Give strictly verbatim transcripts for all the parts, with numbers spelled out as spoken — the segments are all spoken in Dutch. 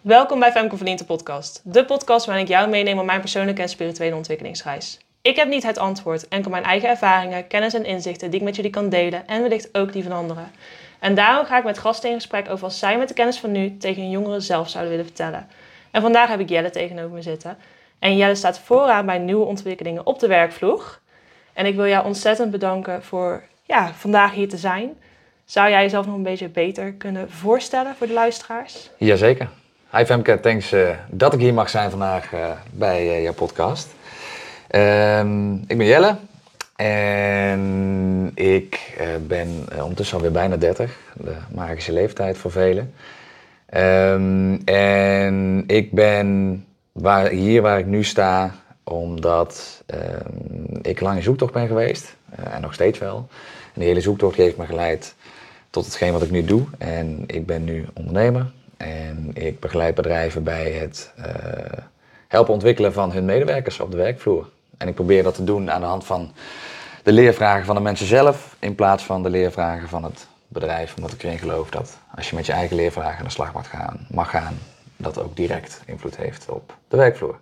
Welkom bij Femke Verdient de podcast. De podcast waarin ik jou meeneem op mijn persoonlijke en spirituele ontwikkelingsreis. Ik heb niet het antwoord, enkel mijn eigen ervaringen, kennis en inzichten die ik met jullie kan delen en wellicht ook die van anderen. En daarom ga ik met gasten in gesprek over wat zij met de kennis van nu tegen hun jongeren zelf zouden willen vertellen. En vandaag heb ik Jelle tegenover me zitten. En Jelle staat vooraan bij nieuwe ontwikkelingen op de werkvloer. En ik wil jou ontzettend bedanken voor ja, vandaag hier te zijn. Zou jij jezelf nog een beetje beter kunnen voorstellen voor de luisteraars? Jazeker. Hi Femke, thanks uh, dat ik hier mag zijn vandaag uh, bij uh, jouw podcast. Um, ik ben Jelle en ik uh, ben uh, ondertussen alweer bijna dertig, de magische leeftijd voor velen. Um, en ik ben waar, hier waar ik nu sta omdat um, ik lang in zoektocht ben geweest uh, en nog steeds wel. En die hele zoektocht heeft me geleid tot hetgeen wat ik nu doe en ik ben nu ondernemer. En ik begeleid bedrijven bij het uh, helpen ontwikkelen van hun medewerkers op de werkvloer. En ik probeer dat te doen aan de hand van de leervragen van de mensen zelf, in plaats van de leervragen van het bedrijf. Omdat ik erin geloof dat als je met je eigen leervragen aan de slag mag gaan, mag gaan, dat ook direct invloed heeft op de werkvloer.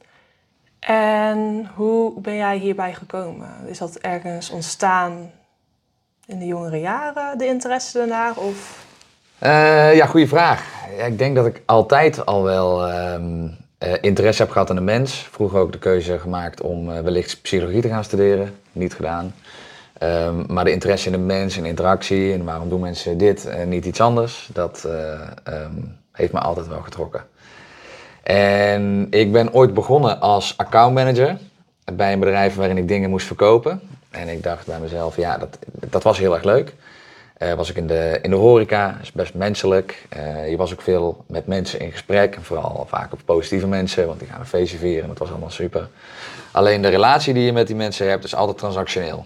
En hoe ben jij hierbij gekomen? Is dat ergens ontstaan in de jongere jaren, de interesse daarnaar? Of... Uh, ja, goede vraag. Ja, ik denk dat ik altijd al wel um, uh, interesse heb gehad in de mens. Vroeger ook de keuze gemaakt om uh, wellicht psychologie te gaan studeren. Niet gedaan. Um, maar de interesse in de mens, in interactie en waarom doen mensen dit en niet iets anders, dat uh, um, heeft me altijd wel getrokken. En ik ben ooit begonnen als accountmanager bij een bedrijf waarin ik dingen moest verkopen. En ik dacht bij mezelf, ja, dat, dat was heel erg leuk. Uh, was ik in de, in de horeca, is best menselijk. Uh, je was ook veel met mensen in gesprek, en vooral vaak op positieve mensen, want die gaan een feestje vieren en dat was allemaal super. Alleen de relatie die je met die mensen hebt is altijd transactioneel.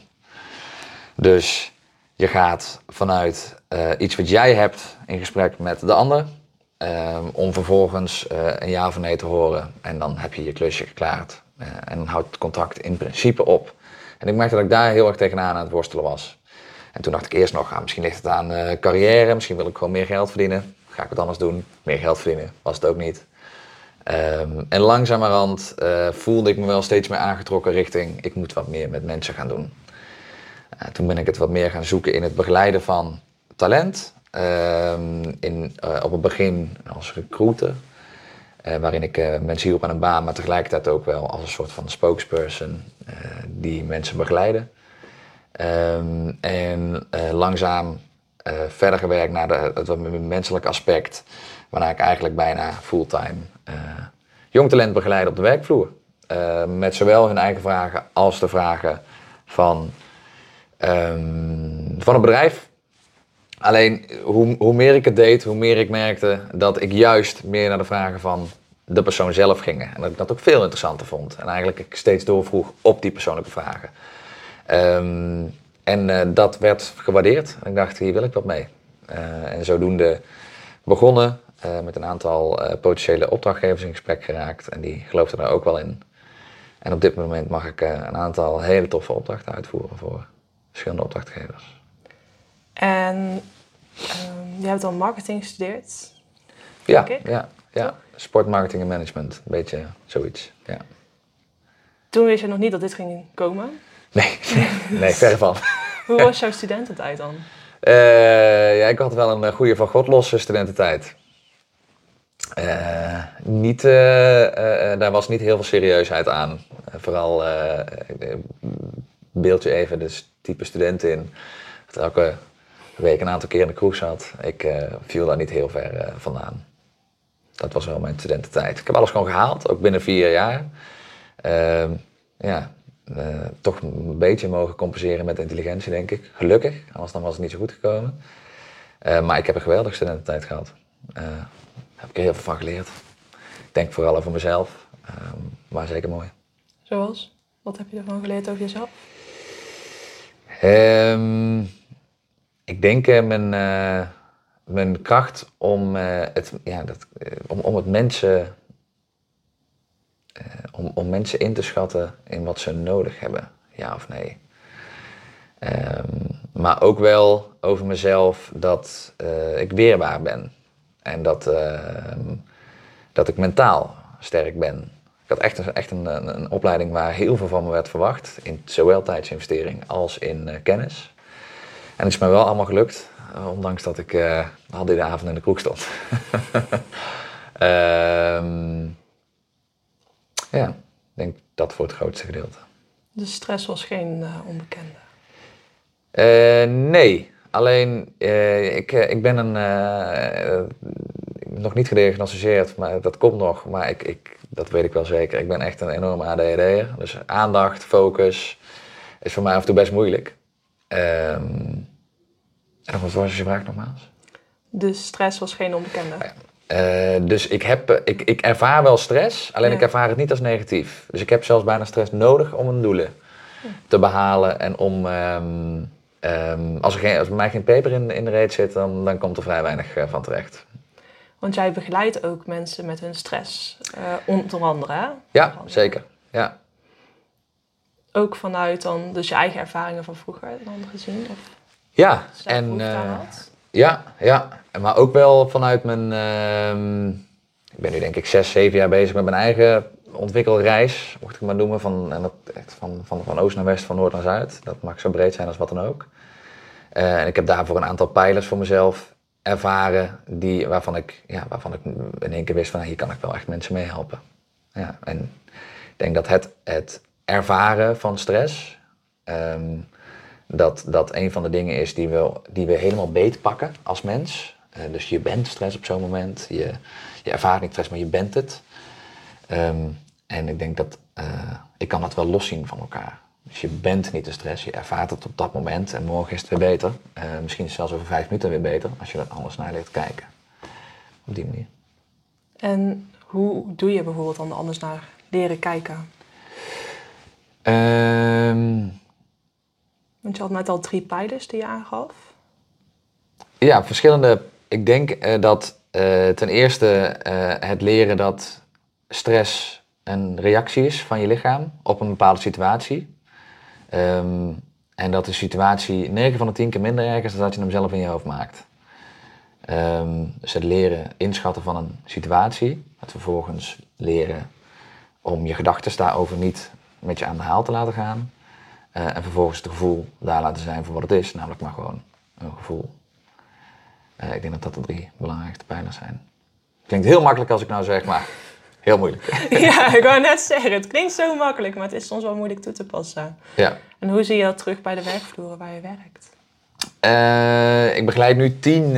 Dus je gaat vanuit uh, iets wat jij hebt in gesprek met de ander, uh, om vervolgens uh, een ja of nee te horen en dan heb je je klusje geklaard. Uh, en dan houdt het contact in principe op. En ik merkte dat ik daar heel erg tegenaan aan het worstelen was. En toen dacht ik eerst nog, ah, misschien ligt het aan uh, carrière, misschien wil ik gewoon meer geld verdienen. Ga ik wat anders doen, meer geld verdienen, was het ook niet. Um, en langzamerhand uh, voelde ik me wel steeds meer aangetrokken richting, ik moet wat meer met mensen gaan doen. Uh, toen ben ik het wat meer gaan zoeken in het begeleiden van talent. Um, in, uh, op het begin als recruiter, uh, waarin ik uh, mensen hielp aan een baan, maar tegelijkertijd ook wel als een soort van spokesperson uh, die mensen begeleiden. Um, en uh, langzaam uh, verder gewerkt naar de, het wat menselijk aspect, waarna ik eigenlijk bijna fulltime uh, jong talent begeleid op de werkvloer. Uh, met zowel hun eigen vragen als de vragen van, um, van het bedrijf. Alleen hoe, hoe meer ik het deed, hoe meer ik merkte dat ik juist meer naar de vragen van de persoon zelf ging. En dat ik dat ook veel interessanter vond. En eigenlijk ik steeds doorvroeg op die persoonlijke vragen. Um, en uh, dat werd gewaardeerd. En ik dacht, hier wil ik wat mee. Uh, en zodoende begonnen uh, met een aantal uh, potentiële opdrachtgevers in gesprek geraakt. En die geloofden daar ook wel in. En op dit moment mag ik uh, een aantal hele toffe opdrachten uitvoeren voor verschillende opdrachtgevers. En um, je hebt dan marketing gestudeerd? Ja, ja, ja, sportmarketing en management. Een beetje zoiets, ja. Toen wist je nog niet dat dit ging komen? Nee, nee, verre van. Hoe was jouw studententijd dan? Uh, ja, ik had wel een goede van God losse studententijd. Uh, niet, uh, uh, daar was niet heel veel serieusheid aan. Uh, vooral, uh, beeld je even de type studenten in. Dat elke week een aantal keer in de kroeg zat. Ik uh, viel daar niet heel ver uh, vandaan. Dat was wel mijn studententijd. Ik heb alles gewoon gehaald, ook binnen vier jaar. Uh, ja... Uh, toch een beetje mogen compenseren met intelligentie, denk ik. Gelukkig, anders dan was het niet zo goed gekomen. Uh, maar ik heb een geweldige studententijd gehad. Uh, heb ik er heel veel van geleerd. Ik denk vooral over mezelf, uh, maar zeker mooi. Zoals? Wat heb je ervan geleerd over jezelf? Um, ik denk uh, mijn, uh, mijn kracht om, uh, het, ja, dat, uh, om, om het mensen... Uh, om, om mensen in te schatten in wat ze nodig hebben, ja of nee. Um, maar ook wel over mezelf dat uh, ik weerbaar ben. En dat uh, dat ik mentaal sterk ben. Ik had echt, een, echt een, een, een opleiding waar heel veel van me werd verwacht. In zowel tijdsinvestering als in uh, kennis. En het is me wel allemaal gelukt. Uh, ondanks dat ik uh, al die avond in de kroeg stond. um, ja, ik denk dat voor het grootste gedeelte. De stress was geen uh, onbekende? Uh, nee, alleen uh, ik, uh, ik ben een, uh, uh, nog niet gediagnosticeerd, maar dat komt nog. Maar ik, ik, dat weet ik wel zeker. Ik ben echt een enorme A D H D'er. Dus aandacht, focus is voor mij af en toe best moeilijk. Um, en wat was je vraag nogmaals? De stress was geen onbekende? Ja. Uh, dus ik, heb, ik, ik ervaar wel stress, alleen ja. ik ervaar het niet als negatief. Dus ik heb zelfs bijna stress nodig om mijn doelen ja. te behalen. En om, um, um, als, er geen, als bij mij geen peper in, in de reet zit, dan, dan komt er vrij weinig uh, van terecht. Want jij begeleidt ook mensen met hun stress, uh, onder andere, hè? Ja, onder andere. Zeker. Ja. Ook vanuit dan dus je eigen ervaringen van vroeger dan gezien? Of ja, en uh, ja, ja, maar ook wel vanuit mijn, uh, ik ben nu denk ik zes, zeven jaar bezig met mijn eigen ontwikkelreis, mocht ik maar noemen, van, en dat, echt van, van, van oost naar west, van noord naar zuid. Dat mag zo breed zijn als wat dan ook. Uh, en ik heb daarvoor een aantal pijlers voor mezelf ervaren, die, waarvan, ik, ja, waarvan ik in één keer wist van, hier kan ik wel echt mensen mee helpen. Ja, en ik denk dat het, het ervaren van stress, um, dat dat een van de dingen is die we, die we helemaal beetpakken als mens. Uh, dus je bent stress op zo'n moment, je, je ervaart niet stress, maar je bent het. Um, en ik denk dat, uh, ik kan dat wel loszien van elkaar. Dus je bent niet de stress, je ervaart het op dat moment en morgen is het weer beter. Uh, misschien zelfs over vijf minuten weer beter, als je er anders naar leert kijken. Op die manier. En hoe doe je bijvoorbeeld dan anders naar leren kijken? Um, Want je had net al drie pijlers die je aangaf. Ja, verschillende. Ik denk uh, dat uh, ten eerste uh, het leren dat stress een reactie is van je lichaam op een bepaalde situatie. Um, en dat de situatie negen van de tien keer minder erg is dan dat je hem zelf in je hoofd maakt. Um, dus het leren inschatten van een situatie. Het vervolgens leren om je gedachten daarover niet met je aan de haal te laten gaan. Uh, en vervolgens het gevoel daar laten zijn voor wat het is, namelijk maar gewoon een gevoel. Uh, ik denk dat dat de drie belangrijkste pijlers zijn. Het klinkt heel makkelijk als ik nou zeg, maar heel moeilijk. Ja, ik wou net zeggen, het klinkt zo makkelijk, maar het is soms wel moeilijk toe te passen. Ja. En hoe zie je dat terug bij de werkvloeren waar je werkt? Uh, ik begeleid nu tien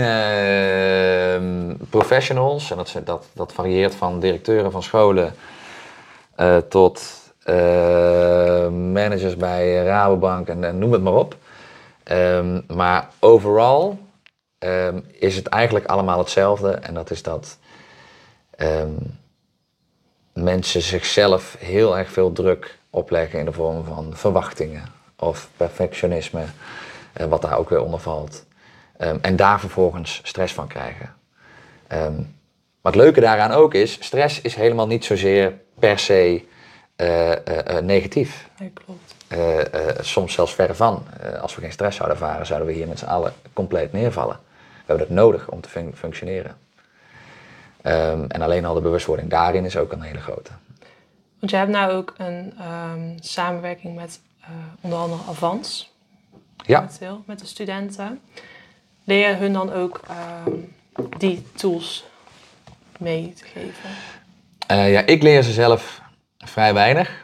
uh, professionals. En dat, dat, dat varieert van directeuren van scholen uh, tot uh, managers bij Rabobank en, en noem het maar op. Um, maar overal um, is het eigenlijk allemaal hetzelfde. En dat is dat um, mensen zichzelf heel erg veel druk opleggen in de vorm van verwachtingen of perfectionisme. Uh, wat daar ook weer onder valt. Um, en daar vervolgens stress van krijgen. Um, wat het leuke daaraan ook is, stress is helemaal niet zozeer per se uh, uh, uh, negatief. Nee, klopt. Uh, uh, soms zelfs verre van. Uh, als we geen stress zouden ervaren, zouden we hier met z'n allen compleet neervallen. We hebben dat nodig om te fun- functioneren. Um, en alleen al de bewustwording daarin is ook een hele grote. Want jij hebt nou ook een um, samenwerking met uh, onder andere Avans. Ja. Momenteel, met de studenten. Leer je hun dan ook um, die tools mee te geven? Uh, ja, ik leer ze zelf vrij weinig.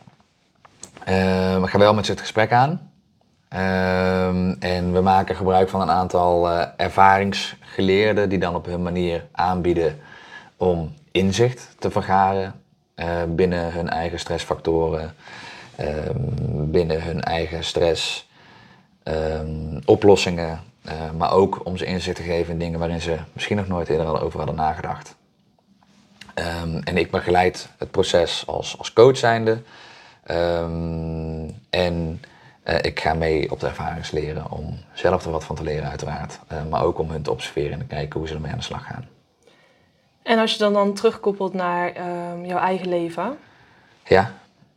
Uh, we gaan wel met ze het gesprek aan. Uh, en we maken gebruik van een aantal uh, ervaringsgeleerden die dan op hun manier aanbieden om inzicht te vergaren uh, binnen hun eigen stressfactoren, uh, binnen hun eigen stress. Um, oplossingen, uh, maar ook om ze inzicht te geven in dingen waarin ze misschien nog nooit eerder over hadden nagedacht. Um, en ik begeleid het proces als, als coach zijnde. Um, en uh, ik ga mee op de ervaringsleren om zelf er wat van te leren uiteraard. Uh, maar ook om hun te observeren en te kijken hoe ze ermee aan de slag gaan. En als je dan, dan terugkoppelt naar um, jouw eigen leven. Ja.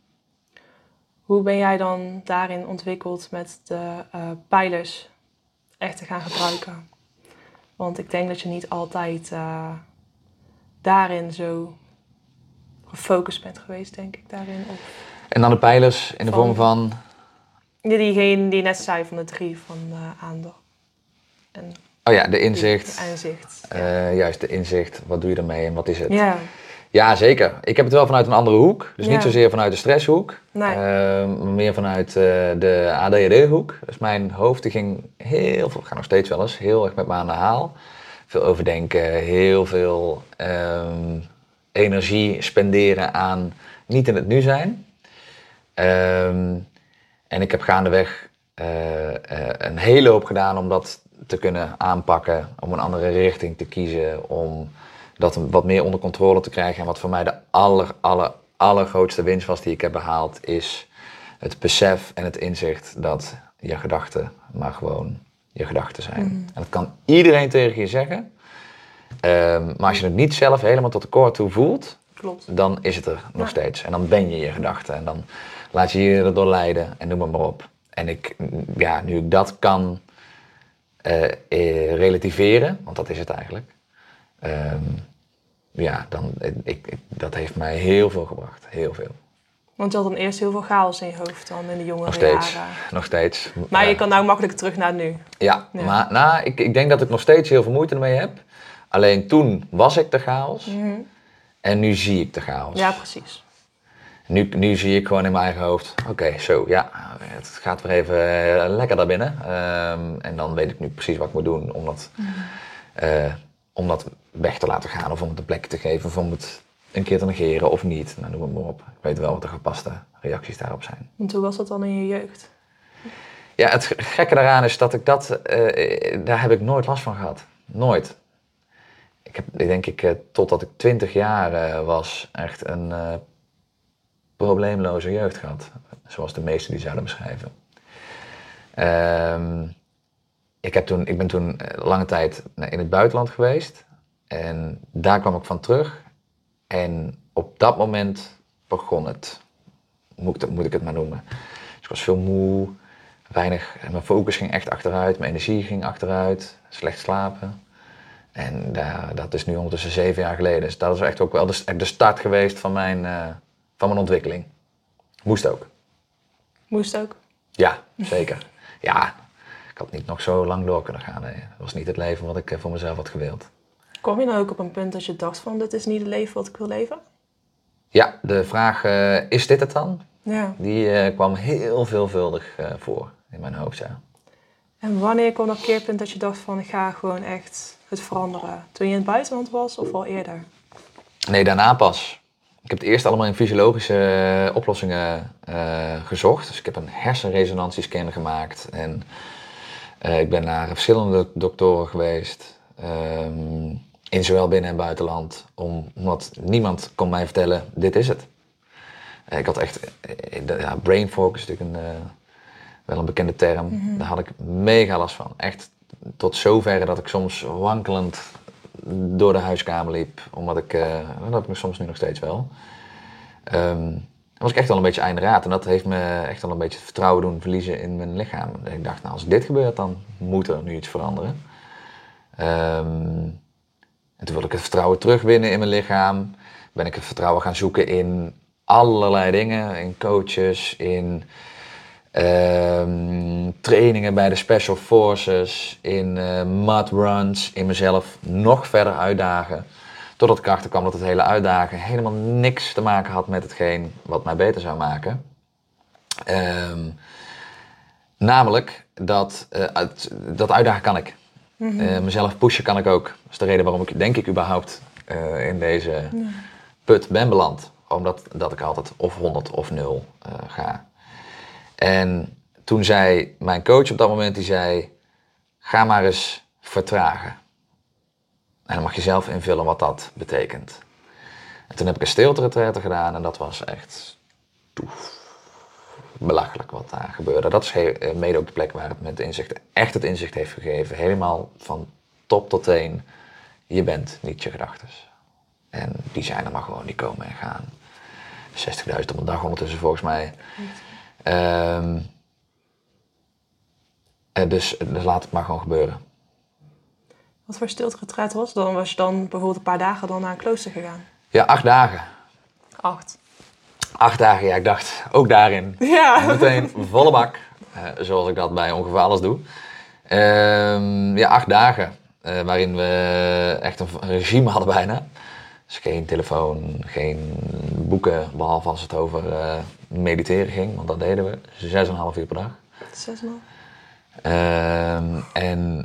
Hoe ben jij dan daarin ontwikkeld met de uh, pijlers echt te gaan gebruiken? Want ik denk dat je niet altijd uh, daarin zo gefocust bent geweest, denk ik, daarin. Of En dan de pijlers in de Van- vorm van... ja, diegene die je net zei van de drie van uh, aandacht. En Oh ja, de inzicht. inzicht. Uh, juist, de inzicht. Wat doe je ermee en wat is het? Ja. Ja, zeker. Ik heb het wel vanuit een andere hoek. Dus Ja. niet zozeer vanuit de stresshoek. Nee. Uh, maar meer vanuit uh, de A D H D-hoek. Dus mijn hoofd die ging heel veel, ik ga nog steeds wel eens, heel erg met me aan de haal. Veel overdenken, heel veel um, energie spenderen aan niet in het nu zijn. Um, en ik heb gaandeweg uh, uh, een hele hoop gedaan om dat te kunnen aanpakken. Om een andere richting te kiezen. Om dat wat meer onder controle te krijgen. En wat voor mij de aller, aller, allergrootste winst was die ik heb behaald, is het besef en het inzicht dat je gedachten maar gewoon je gedachten zijn. Mm. En dat kan iedereen tegen je zeggen. Um, maar als je het niet zelf helemaal tot de core toe voelt, Klopt. Dan is het er nog ja. steeds. En dan ben je je gedachten. En dan laat je je erdoor leiden en noem het maar op. En ik, ja, nu ik dat kan uh, eh, relativeren, want dat is het eigenlijk. Um, ja, dan, ik, ik, dat heeft mij heel veel gebracht. Heel veel. Want je had dan eerst heel veel chaos in je hoofd dan in de jongere nog steeds, jaren. Nog steeds. Maar ja. je kan nou makkelijk terug naar nu. Ja, ja. maar nou, ik, ik denk dat ik nog steeds heel veel moeite ermee heb. Alleen toen was ik de chaos. Mm-hmm. En nu zie ik de chaos. Ja, precies. Nu, nu zie ik gewoon in mijn eigen hoofd, oké, okay, zo, ja, het gaat weer even uh, lekker daar binnen. Um, en dan weet ik nu precies wat ik moet doen om dat, mm. uh, om dat weg te laten gaan. Of om het een plek te geven, of om het een keer te negeren of niet. Nou, noem het maar op. Ik weet wel wat de gepaste reacties daarop zijn. Want hoe was dat dan in je jeugd? Ja, het gekke daaraan is dat ik dat, uh, daar heb ik nooit last van gehad. Nooit. Ik heb, ik denk ik, uh, totdat ik twintig jaar uh, was, echt een uh, probleemloze jeugd gehad. Zoals de meesten die zouden beschrijven. Um, ik, heb toen, ik ben toen lange tijd in het buitenland geweest. En daar kwam ik van terug. En op dat moment begon het. Moet ik, moet ik het maar noemen. Dus ik was veel moe. Weinig, mijn focus ging echt achteruit. Mijn energie ging achteruit. Slecht slapen. En uh, dat is nu ondertussen zeven jaar geleden. Dus dat is echt ook wel de, de start geweest van mijn, uh, van mijn ontwikkeling. Moest ook. Moest ook? Ja, zeker. Ja, ik had niet nog zo lang door kunnen gaan. Nee. Dat was niet het leven wat ik voor mezelf had gewild. Kom je nou ook op een punt dat je dacht van, dit is niet het leven wat ik wil leven? Ja, de vraag, uh, is dit het dan? Ja. Die uh, kwam heel veelvuldig uh, voor in mijn hoofd, ja. En wanneer kwam dat keerpunt dat je dacht van, ik ga gewoon echt het veranderen? Toen je in het buitenland was of al eerder? Nee, daarna pas. Ik heb het eerst allemaal in fysiologische uh, oplossingen uh, gezocht. Dus ik heb een hersenresonantiescan gemaakt. En uh, ik ben naar verschillende doktoren geweest. Um, in zowel binnen- en buitenland. Om, omdat niemand kon mij vertellen, dit is het. Uh, ik had echt... Uh, ja, brain fog is natuurlijk een, uh, wel een bekende term. Mm-hmm. Daar had ik mega last van. Echt tot zover dat ik soms wankelend door de huiskamer liep. Omdat ik... Uh, dat heb ik soms nu nog steeds wel. Um, dan was ik echt wel een beetje einderaad. En dat heeft me echt wel een beetje het vertrouwen doen verliezen in mijn lichaam. En ik dacht, nou als dit gebeurt, dan moet er nu iets veranderen. Um, en toen wilde ik het vertrouwen terugwinnen in mijn lichaam. Ben ik het vertrouwen gaan zoeken in allerlei dingen. In coaches, in um, trainingen bij de Special Forces, in uh, mud runs, in mezelf nog verder uitdagen. Totdat ik erachter kwam dat het hele uitdagen helemaal niks te maken had met hetgeen wat mij beter zou maken. Um, namelijk, dat, uh, uit, dat uitdagen kan ik. Mm-hmm. Uh, mezelf pushen kan ik ook. Dat is de reden waarom ik denk ik überhaupt uh, in deze ja. put ben beland. Omdat dat ik altijd of honderd of nul uh, ga. En toen zei mijn coach op dat moment, die zei, ga maar eens vertragen. En dan mag je zelf invullen wat dat betekent. En toen heb ik een stilte-retraite gedaan en dat was echt toef, belachelijk wat daar gebeurde. Dat is he- mede ook de plek waar het met de inzicht echt het inzicht heeft gegeven. Helemaal van top tot teen. Je bent niet je gedachtes. En die zijn er maar gewoon, die komen en gaan. zestigduizend op een dag ondertussen volgens mij. Um, dus, dus laat het maar gewoon gebeuren. Wat voor stilte-retreat was dan? Was je dan bijvoorbeeld een paar dagen dan naar een klooster gegaan? Ja, acht dagen. Acht. Acht dagen, ja, ik dacht ook daarin. Ja. Meteen volle bak, uh, zoals ik dat bij ongeveer alles doe. Uh, ja, acht dagen, uh, waarin we echt een regime hadden bijna. Dus geen telefoon, geen boeken, behalve als het over uh, mediteren ging, want dat deden we. Zes en een half uur per dag. Zes en een half? Uh, en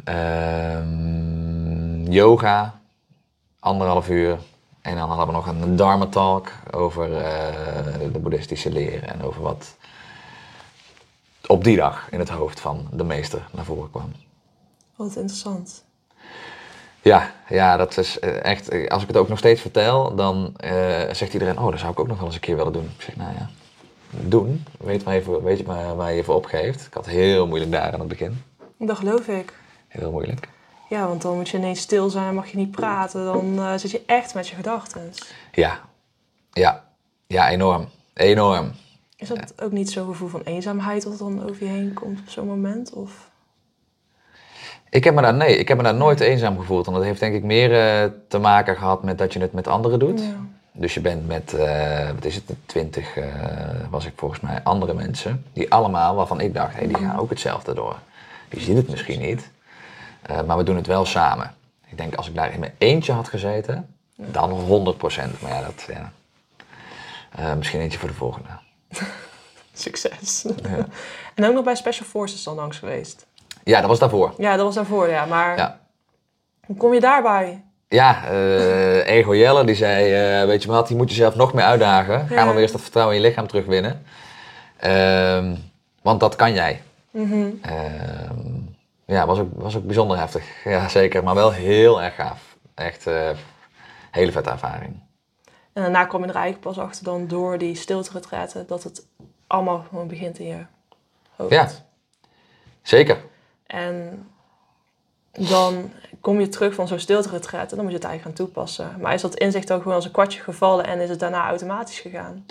uh, yoga, anderhalf uur. En dan hadden we nog een Dharma talk over uh, de boeddhistische leer en over wat op die dag in het hoofd van de meester naar voren kwam. Wat interessant. Ja, ja, dat is echt, als ik het ook nog steeds vertel, dan uh, zegt iedereen, oh, dat zou ik ook nog wel eens een keer willen doen. Ik zeg, nou ja, doen. Weet, waar je, voor, weet je maar waar je je voor opgeeft. Ik had heel moeilijk daar aan het begin. Dat geloof ik. Heel moeilijk. Ja, want dan moet je ineens stil zijn, mag je niet praten. Dan uh, zit je echt met je gedachten. Ja, ja, ja, enorm. Enorm. Is dat ja. ook niet zo'n gevoel van eenzaamheid wat dan over je heen komt op zo'n moment? Of? Ik heb me daar, nee, ik heb me daar nooit eenzaam gevoeld. Want dat heeft denk ik meer uh, te maken gehad met dat je het met anderen doet. Ja. Dus je bent met, uh, wat is het, twintig uh, was ik volgens mij, andere mensen. Die allemaal, waarvan ik dacht, hey, die gaan ook hetzelfde door. Die zien het misschien niet. Uh, maar we doen het wel samen. Ik denk, als ik daar in mijn eentje had gezeten, ja. dan honderd procent. Maar ja, dat, ja. Uh, misschien eentje voor de volgende. Succes. Ja. En ook nog bij Special Forces dan langs geweest? Ja, dat was daarvoor. Ja, dat was daarvoor, ja. Maar ja. Hoe kom je daarbij? Ja, uh, Ego Jelle die zei, uh, weet je wat, die moet jezelf nog meer uitdagen. Ga ja. maar weer eens dat vertrouwen in je lichaam terugwinnen. Uh, want dat kan jij. Mm-hmm. Uh, ja, was ook, was ook bijzonder heftig. Ja, zeker. Maar wel heel erg gaaf. Echt uh, hele vette ervaring. En daarna kom je er eigenlijk pas achter dan door die stilte-retretten dat het allemaal gewoon begint in je hoofd. Ja, zeker. En dan kom je terug van zo'n stilte-retreat en dan moet je het eigenlijk gaan toepassen. Maar is dat inzicht ook gewoon als een kwartje gevallen en is het daarna automatisch gegaan?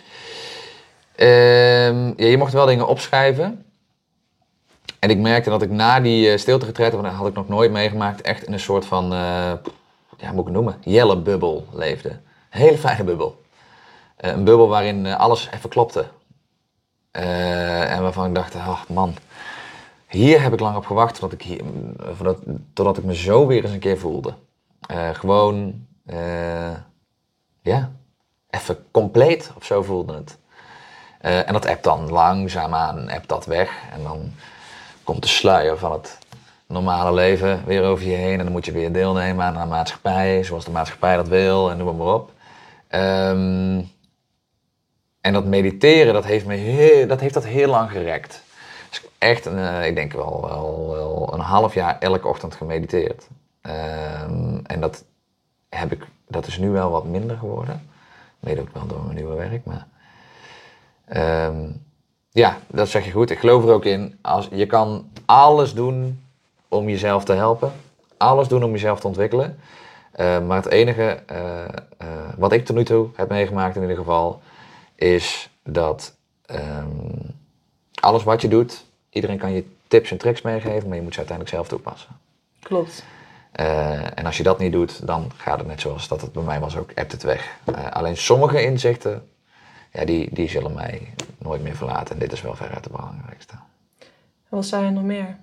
Um, ja, je mocht wel dingen opschrijven. En ik merkte dat ik na die uh, stilte-retreat, want dat had ik nog nooit meegemaakt, echt in een soort van, uh, ja, hoe moet ik het noemen, Jelle-bubbel leefde. Een hele fijne bubbel. Uh, een bubbel waarin uh, alles even klopte. Uh, en waarvan ik dacht, oh man, hier heb ik lang op gewacht totdat ik, hier, totdat, totdat ik me zo weer eens een keer voelde. Uh, gewoon, uh, ja, even compleet of zo voelde het. Uh, en dat appt dan langzaamaan, appt dat weg. En dan komt de sluier van het normale leven weer over je heen. En dan moet je weer deelnemen aan de maatschappij, zoals de maatschappij dat wil en noem maar op. Um, en dat mediteren, dat heeft, me heel, dat heeft dat heel lang gerekt. Dus echt, uh, ik denk wel, wel, wel een half jaar elke ochtend gemediteerd. Um, en dat, heb ik, dat is nu wel wat minder geworden. Mede ook wel door mijn nieuwe werk, maar... Um, ja, dat zeg je goed. Ik geloof er ook in. Als, je kan alles doen om jezelf te helpen. Alles doen om jezelf te ontwikkelen. Uh, maar het enige uh, uh, wat ik tot nu toe heb meegemaakt in ieder geval... is dat um, alles wat je doet... iedereen kan je tips en tricks meegeven... maar je moet ze uiteindelijk zelf toepassen. Klopt. Uh, en als je dat niet doet, dan gaat het net zoals dat het bij mij was ook, appt het weg. Uh, alleen sommige inzichten... Ja, die, die zullen mij nooit meer verlaten. En dit is wel veruit de belangrijkste. En wat zijn er nog meer?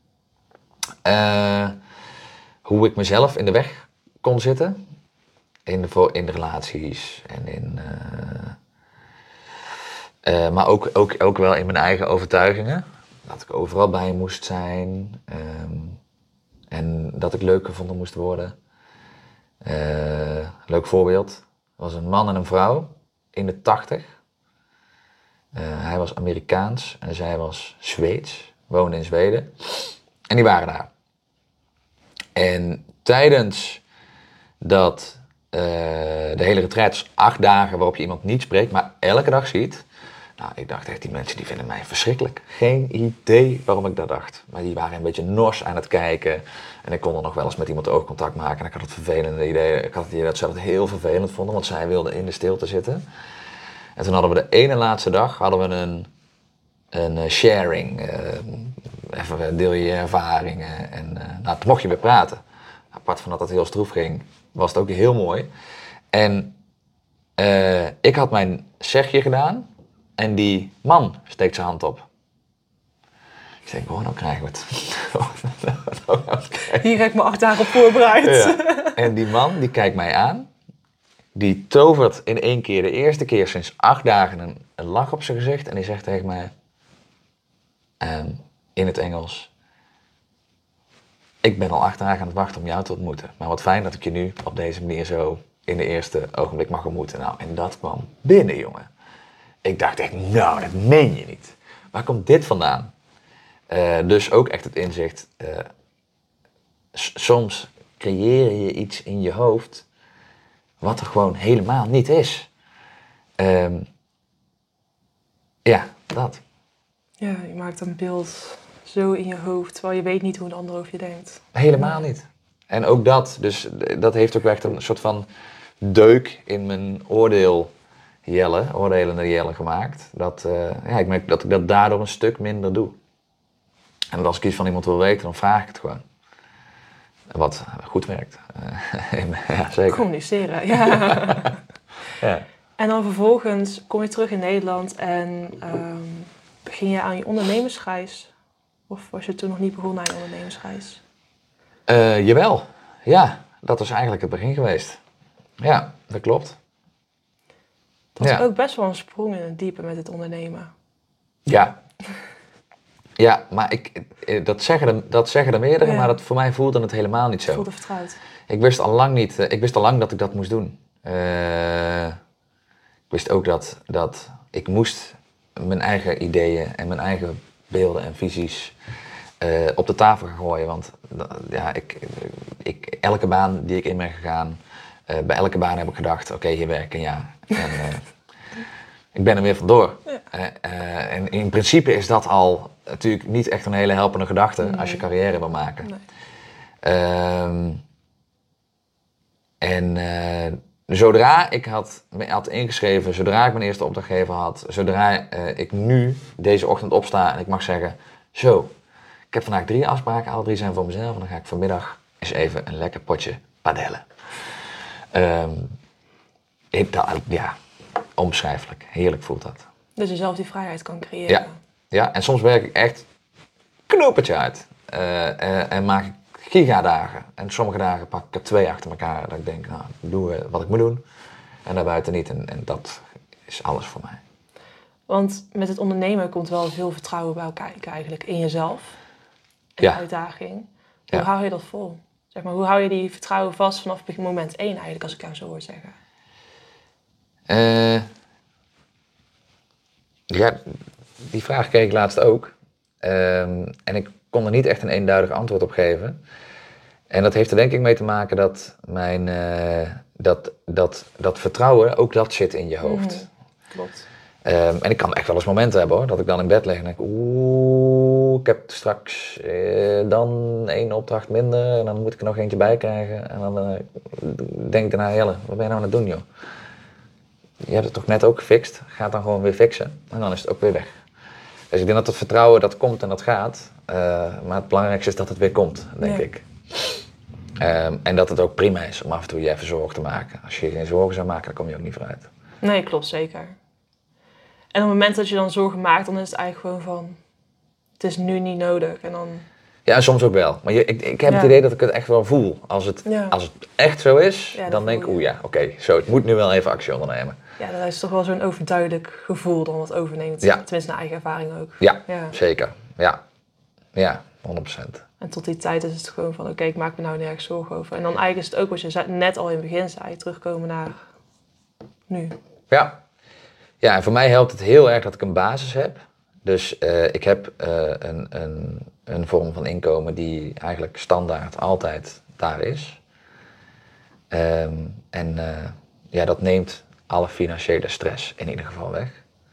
Uh, hoe ik mezelf in de weg kon zitten. In de, in de relaties. En in, uh, uh, maar ook, ook, ook wel in mijn eigen overtuigingen. Dat ik overal bij moest zijn. Um, en dat ik leuk gevonden moest worden. Uh, leuk voorbeeld. Er was een man en een vrouw. In de tachtig. Uh, hij was Amerikaans en zij was Zweeds. Woonde in Zweden. En die waren daar. En tijdens dat uh, de hele retreat, dus acht dagen waarop je iemand niet spreekt, maar elke dag ziet. Nou, ik dacht echt, die mensen die vinden mij verschrikkelijk. Geen idee waarom ik dat dacht. Maar die waren een beetje nors aan het kijken. En ik kon er nog wel eens met iemand oogcontact maken. En ik had het vervelende idee, ik had het idee dat ze dat heel vervelend vonden, want zij wilden in de stilte zitten. En toen hadden we de ene laatste dag hadden we een, een sharing. Uh, even deel je ervaringen. En uh, nou, toen mocht je weer praten. apart van dat het heel stroef ging, was het ook heel mooi. En uh, ik had mijn zegje gedaan en die man steekt zijn hand op. Ik denk, oh, nou krijgen we het. Hier heb ik me acht dagen op voorbereid. Ja. En die man, die kijkt mij aan. Die tovert in één keer, de eerste keer sinds acht dagen, een, een lach op zijn gezicht. En die zegt tegen mij, um, in het Engels, ik ben al acht dagen aan het wachten om jou te ontmoeten. Maar wat fijn dat ik je nu op deze manier zo in de eerste ogenblik mag ontmoeten. Nou, en dat kwam binnen, jongen. Ik dacht echt, nou, dat meen je niet. Waar komt dit vandaan? Uh, dus ook echt het inzicht, uh, s- soms creëer je iets in je hoofd wat er gewoon helemaal niet is. Um, ja, dat. Ja, je maakt een beeld zo in je hoofd, terwijl je weet niet hoe een ander over je denkt. Helemaal niet. En ook dat, dus dat heeft ook echt een soort van deuk in mijn oordeel Jelle, oordelende Jelle gemaakt. Dat, uh, ja, ik merk dat ik dat daardoor een stuk minder doe. En dat als ik iets van iemand wil weten, dan vraag ik het gewoon. Wat goed werkt. Uh, ja, zeker. Communiceren, ja. Ja. En dan vervolgens kom je terug in Nederland en um, begin je aan je ondernemersreis? Of was je toen nog niet begonnen aan je ondernemersreis? Uh, jawel, ja. Dat was eigenlijk het begin geweest. Ja, dat klopt. Dat is ja. ook best wel een sprong in het diepe met het ondernemen. Ja. Ja, maar ik, dat, zeggen er, dat zeggen er meerdere, ja. Maar dat, voor mij voelde het helemaal niet zo. Het voelde vertrouwd. Ik wist al lang niet, ik wist al lang dat ik dat moest doen. Uh, ik wist ook dat, dat ik moest mijn eigen ideeën en mijn eigen beelden en visies uh, op de tafel gaan gooien. Want ja, ik, ik, elke baan die ik in ben gegaan, uh, bij elke baan heb ik gedacht, oké, okay, hier werken, ja. En, uh, ik ben er weer vandoor. Ja. Uh, uh, en in principe is dat al natuurlijk niet echt een hele helpende gedachte nee. Als je carrière wil maken. Nee. Uh, en uh, zodra ik had, had ingeschreven, zodra ik mijn eerste opdrachtgever had, zodra uh, ik nu deze ochtend opsta en ik mag zeggen, zo, ik heb vandaag drie afspraken, alle drie zijn voor mezelf en dan ga ik vanmiddag eens even een lekker potje padellen. Um, ik, dat, ja, onbeschrijfelijk. Heerlijk voelt dat. Dus je zelf die vrijheid kan creëren. Ja, ja. En soms werk ik echt knopertje uit. Uh, uh, en maak ik gigadagen. En sommige dagen pak ik er twee achter elkaar. Dat ik denk, nou, ik doe wat ik moet doen. En daarbuiten niet. En, en dat is alles voor mij. Want met het ondernemen komt wel veel vertrouwen bij elkaar kijken eigenlijk. In jezelf. En ja. de uitdaging. Hoe ja. hou je dat vol? Zeg maar, hoe hou je die vertrouwen vast vanaf moment één eigenlijk, als ik jou zo hoor zeggen? Uh, ja, die vraag kreeg ik laatst ook. Um, en ik kon er niet echt een eenduidig antwoord op geven. En dat heeft er denk ik mee te maken dat mijn uh, dat, dat, dat vertrouwen, ook dat zit in je hoofd. Mm, klopt. Um, en ik kan echt wel eens momenten hebben hoor, dat ik dan in bed lig en denk, oeh, ik heb straks uh, dan één opdracht minder en dan moet ik er nog eentje bij krijgen. En dan uh, denk ik daarna, Jelle, wat ben je nou aan het doen joh? Je hebt het toch net ook gefixt, ga het dan gewoon weer fixen en dan is het ook weer weg. Dus ik denk dat het vertrouwen dat komt en dat gaat, uh, maar het belangrijkste is dat het weer komt, denk ja. ik. Um, en dat het ook prima is om af en toe je even zorgen te maken. Als je je geen zorgen zou maken, dan kom je ook niet vooruit. Nee, klopt, zeker. En op het moment dat je dan zorgen maakt, dan is het eigenlijk gewoon van, het is nu niet nodig. En dan... Ja, soms ook wel. Maar je, ik, ik heb ja. het idee dat ik het echt wel voel. Als het, ja. als het echt zo is, ja, dan denk ik, oeh ja, oké, okay, zo, het moet nu wel even actie ondernemen. Ja, dat is toch wel zo'n overduidelijk gevoel dan wat overneemt. Ja. Tenminste, naar eigen ervaring ook. Ja, ja. zeker. Ja. ja, honderd procent. En tot die tijd is het gewoon van, oké, okay, ik maak me nou nergens zorgen over. En dan eigenlijk is het ook wat je net al in het begin zei, terugkomen naar nu. Ja. Ja, en voor mij helpt het heel erg dat ik een basis heb. Dus uh, ik heb uh, een, een, een vorm van inkomen die eigenlijk standaard altijd daar is. Um, en uh, ja, dat neemt alle financiële stress in ieder geval weg.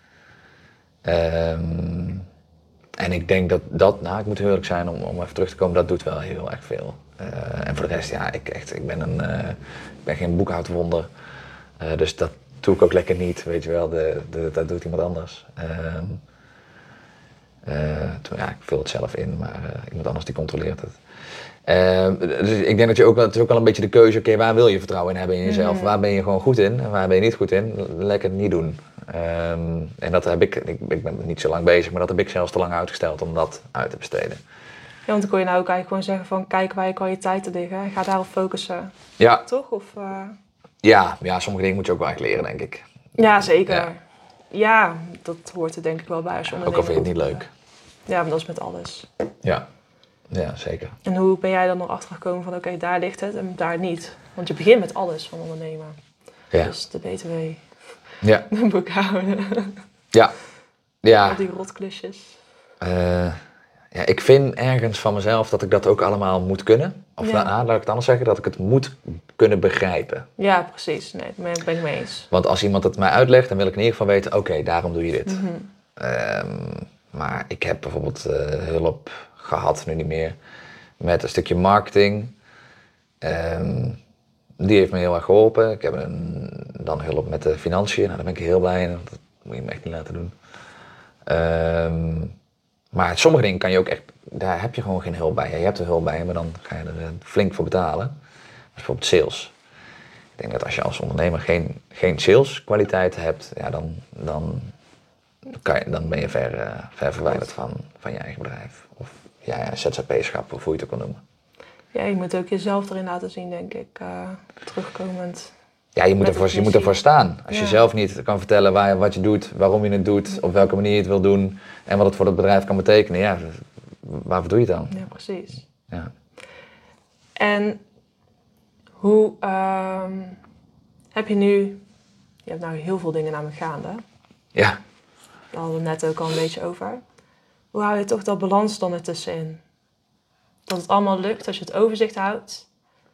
Um, en ik denk dat dat, nou ik moet heel eerlijk zijn om, om even terug te komen, dat doet wel heel erg veel. Uh, en voor de rest, ja, ik, echt, ik, ben, een, uh, ik ben geen boekhoudwonder. Uh, dus dat doe ik ook lekker niet, weet je wel, de, de, dat doet iemand anders. Um, uh, toen, ja, ik vul het zelf in, maar uh, iemand anders die controleert het. Uh, dus ik denk dat je ook, het is ook wel een beetje de keuze, oké, okay, waar wil je vertrouwen in hebben in jezelf? Mm. Waar ben je gewoon goed in en waar ben je niet goed in? Lekker niet doen. Um, en dat heb ik, ik, ik ben niet zo lang bezig, maar dat heb ik zelfs te lang uitgesteld om dat uit te besteden. Ja, want dan kon je nou ook eigenlijk gewoon zeggen van, kijk waar je kwaliteiten liggen en ga daarop focussen. Ja. Toch? Of, uh... ja, ja, sommige dingen moet je ook wel echt leren, denk ik. Ja, zeker. Ja, ja dat hoort er denk ik wel bij als je ondernemer. Ook al vind je het niet leuk. Ja, maar dat is met alles. Ja. Ja, zeker. En hoe ben jij dan nog achter gekomen van oké, okay, daar ligt het en daar niet? Want je begint met alles van ondernemen. Ja. Dus de B T W. Ja. De boekhouden. Ja. Ja. Al die rotklusjes. Uh, ja, ik vind ergens van mezelf dat ik dat ook allemaal moet kunnen. Of ja. nou, laat ik het anders zeggen, dat ik het moet kunnen begrijpen. Ja, precies. Nee, daar ben ik mee eens. Want als iemand het mij uitlegt, dan wil ik in ieder geval weten, oké, okay, daarom doe je dit. Mm-hmm. Um, maar ik heb bijvoorbeeld uh, hulp gehad, nu niet meer, met een stukje marketing. Um, die heeft me heel erg geholpen. Ik heb een, dan hulp met de financiën. Nou, daar ben ik heel blij in. Dat moet je me echt niet laten doen. Um, maar sommige dingen kan je ook echt, daar heb je gewoon geen hulp bij. Ja, je hebt er hulp bij, maar dan ga je er flink voor betalen. Bijvoorbeeld sales. Ik denk dat als je als ondernemer geen, geen saleskwaliteit hebt, ja, dan, dan, kan je, dan ben je ver, uh, ver verwijderd van, van je eigen bedrijf. Of ja, Z Z P-schap, of hoe je het ook kan noemen. Ja, je moet ook jezelf erin laten zien, denk ik, uh, terugkomend. Ja, je moet, ervoor, je moet ervoor staan. Als ja. je zelf niet kan vertellen waar, wat je doet, waarom je het doet, op welke manier je het wil doen en wat het voor het bedrijf kan betekenen, ja, waarvoor doe je het dan? Ja, precies. Ja. En hoe uh, heb je nu, je hebt nou heel veel dingen namelijk gaande. Ja. Daar hadden we het net ook al een beetje over. Hoe hou je toch dat balans dan ertussenin? Dat het allemaal lukt als je het overzicht houdt.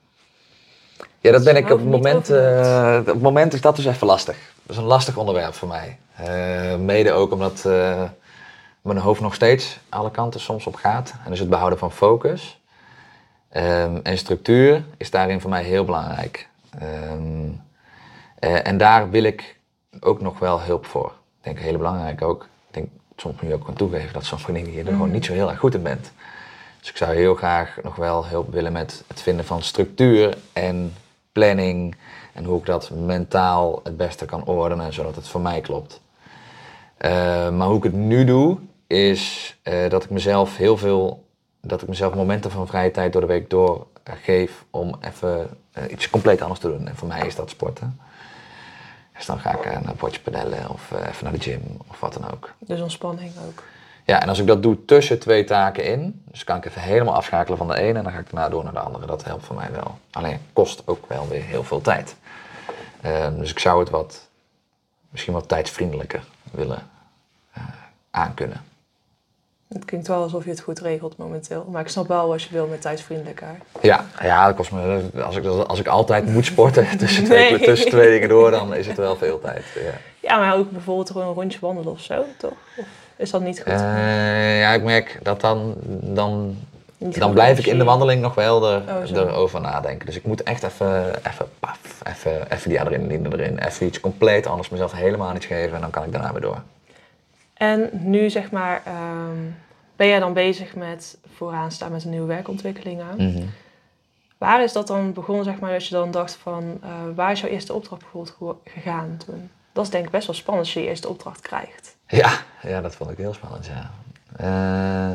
Ja, dat ben ik op het moment. Uh, op het moment is dat dus even lastig. Dat is een lastig onderwerp voor mij. Uh, mede ook omdat uh, mijn hoofd nog steeds alle kanten soms op gaat. En dus het behouden van focus. Um, en structuur is daarin voor mij heel belangrijk. Um, uh, en daar wil ik ook nog wel hulp voor. Ik denk heel belangrijk ook. Ik denk soms moet je ook kan toegeven dat sommige dingen je er mm. gewoon niet zo heel erg goed in bent. Dus ik zou heel graag nog wel hulp willen met het vinden van structuur en planning. En hoe ik dat mentaal het beste kan ordenen, zodat het voor mij klopt. Uh, maar hoe ik het nu doe, is uh, dat ik mezelf heel veel, dat ik mezelf momenten van vrije tijd door de week door uh, geef om even uh, iets compleet anders te doen. En voor mij is dat sporten. Dus dan ga ik uh, naar een potje padellen of uh, even naar de gym of wat dan ook. Dus ontspanning ook. Ja, en als ik dat doe tussen twee taken in, dus kan ik even helemaal afschakelen van de ene en dan ga ik daarna door naar de andere. Dat helpt voor mij wel. Alleen het kost ook wel weer heel veel tijd. Uh, dus ik zou het wat, misschien wat tijdsvriendelijker willen uh, aankunnen. Het klinkt wel alsof je het goed regelt momenteel, maar ik snap wel wat je wil met tijdsvriendelijker. Ja, ja dat kost me, als ik, als ik altijd moet sporten tussen, nee. twee, tussen twee dingen door, dan is het wel veel tijd. Ja, ja maar ook bijvoorbeeld gewoon een rondje wandelen of zo, toch? Of is dat niet goed? Uh, ja, ik merk dat dan, dan, dan blijf ik in de wandeling nog wel er, oh, erover nadenken. Dus ik moet echt even, even, paf, even, even die adrenaline erin, even iets compleet anders, mezelf helemaal iets geven en dan kan ik daarna weer door. En nu zeg maar, um, ben jij dan bezig met vooraan staan met een nieuwe werkontwikkelingen. Mm-hmm. Waar is dat dan begonnen, zeg maar, dat je dan dacht van, uh, waar is jouw eerste opdracht bijvoorbeeld gegaan toen? Dat is denk ik best wel spannend als je je eerste opdracht krijgt. Ja, ja, dat vond ik heel spannend, ja. Uh,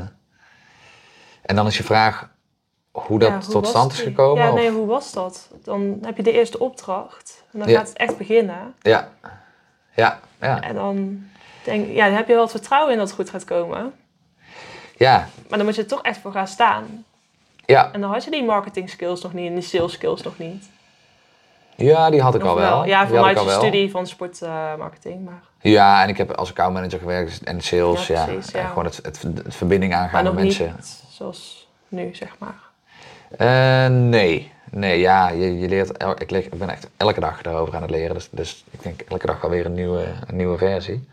en dan is je vraag hoe dat ja, hoe tot stand is gekomen? Ja, nee, hoe was dat? Dan heb je de eerste opdracht en dan ja. gaat het echt beginnen. Ja, ja, ja. En dan, denk, ja, dan heb je wel het vertrouwen in dat het goed gaat komen. Ja. Maar dan moet je er toch echt voor gaan staan. Ja. En dan had je die marketing skills nog niet en die sales skills nog niet. Ja, die had ik nog al wel. Ja, vanuit je studie van sportmarketing. Uh, maar... Ja, en ik heb als accountmanager gewerkt en sales. Ja, precies, ja. ja. Gewoon het, het, het verbinding aangaan met mensen. Niet zoals nu, zeg maar. Uh, nee. Nee, ja, je, je leert... El, ik, ik ben echt elke dag daarover aan het leren. Dus, dus ik denk elke dag alweer een nieuwe, een nieuwe versie.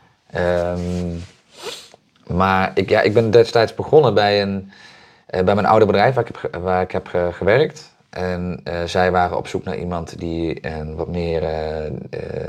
Um, maar ik, ja, ik ben destijds begonnen bij, een, uh, bij mijn oude bedrijf waar ik heb, waar ik heb uh, gewerkt. En uh, zij waren op zoek naar iemand die uh, wat meer uh, uh,